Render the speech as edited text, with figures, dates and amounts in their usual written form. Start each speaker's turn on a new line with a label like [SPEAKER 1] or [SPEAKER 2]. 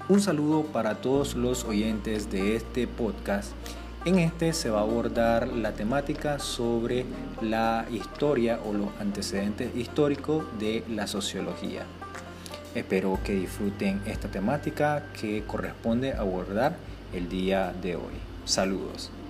[SPEAKER 1] Un saludo para todos los oyentes de este podcast. En este se va a abordar la temática sobre la historia o los antecedentes históricos de la sociología. Espero que disfruten esta temática que corresponde abordar el día de hoy. Saludos.